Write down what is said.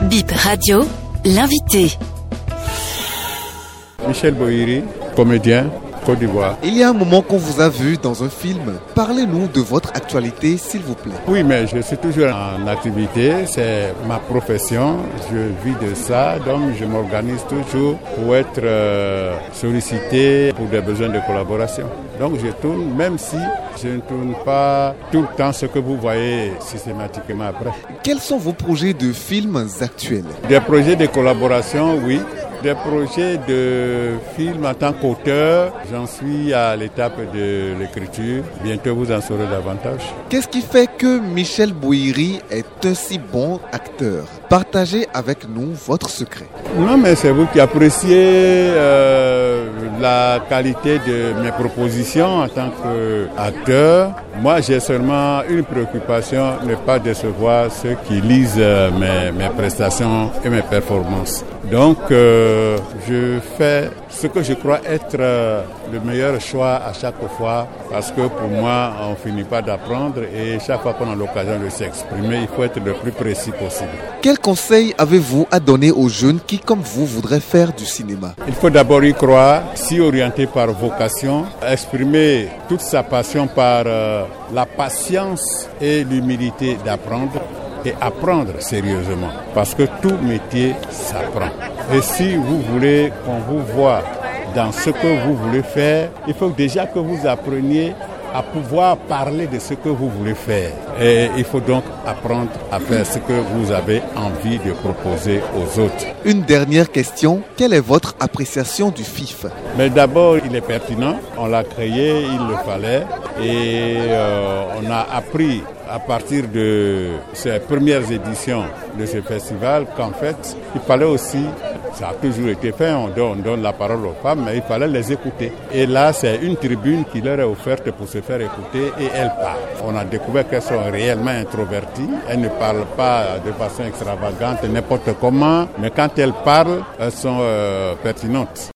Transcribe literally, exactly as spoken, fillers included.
Bip Radio, l'invité. Michel Bohiri, comédien, Côte d'Ivoire. Il y a un moment qu'on vous a vu dans un film. Parlez-nous de votre actualité, s'il vous plaît. Oui, mais je suis toujours en activité. C'est ma profession. Je vis de ça. Donc, je m'organise toujours pour être euh, sollicité pour des besoins de collaboration. Donc, je tourne, même si je ne tourne pas tout le temps ce que vous voyez systématiquement après. Quels sont vos projets de films actuels? Des projets de collaboration, oui. Des projets de films en tant qu'auteur, j'en suis à l'étape de l'écriture. Bientôt, vous en saurez davantage. Qu'est-ce qui fait que Michel Bohiri est un si bon acteur? Partagez avec nous votre secret. Non, mais c'est vous qui appréciez euh, la qualité de mes propositions en tant qu'acteur. Moi, j'ai seulement une préoccupation, ne pas décevoir ceux qui lisent mes, mes prestations et mes performances. Donc, euh, je fais ce que je crois être euh, le meilleur choix à chaque fois, parce que pour moi, on ne finit pas d'apprendre et chaque fois qu'on a l'occasion de s'exprimer, il faut être le plus précis possible. Quel conseil avez-vous à donner aux jeunes qui, comme vous, voudraient faire du cinéma? Il faut d'abord y croire, s'y orienter par vocation, exprimer toute sa passion par euh, la patience et l'humilité d'apprendre. Et apprendre sérieusement, parce que tout métier s'apprend. Et si vous voulez qu'on vous voie dans ce que vous voulez faire, il faut déjà que vous appreniez à pouvoir parler de ce que vous voulez faire. Et il faut donc apprendre à faire ce que vous avez envie de proposer aux autres. Une dernière question, quelle est votre appréciation du F I F? Mais d'abord, il est pertinent, on l'a créé, il le fallait, et euh, on a appris à partir de ces premières éditions de ce festival qu'en fait, il fallait aussi, ça a toujours été fait, on donne, on donne la parole aux femmes, mais il fallait les écouter. Et là, c'est une tribune qui leur est offerte pour se faire écouter et elles parlent. On a découvert qu'elles sont réellement introverties, elles ne parlent pas de façon extravagante, n'importe comment, mais quand elles parlent, elles sont euh, pertinentes.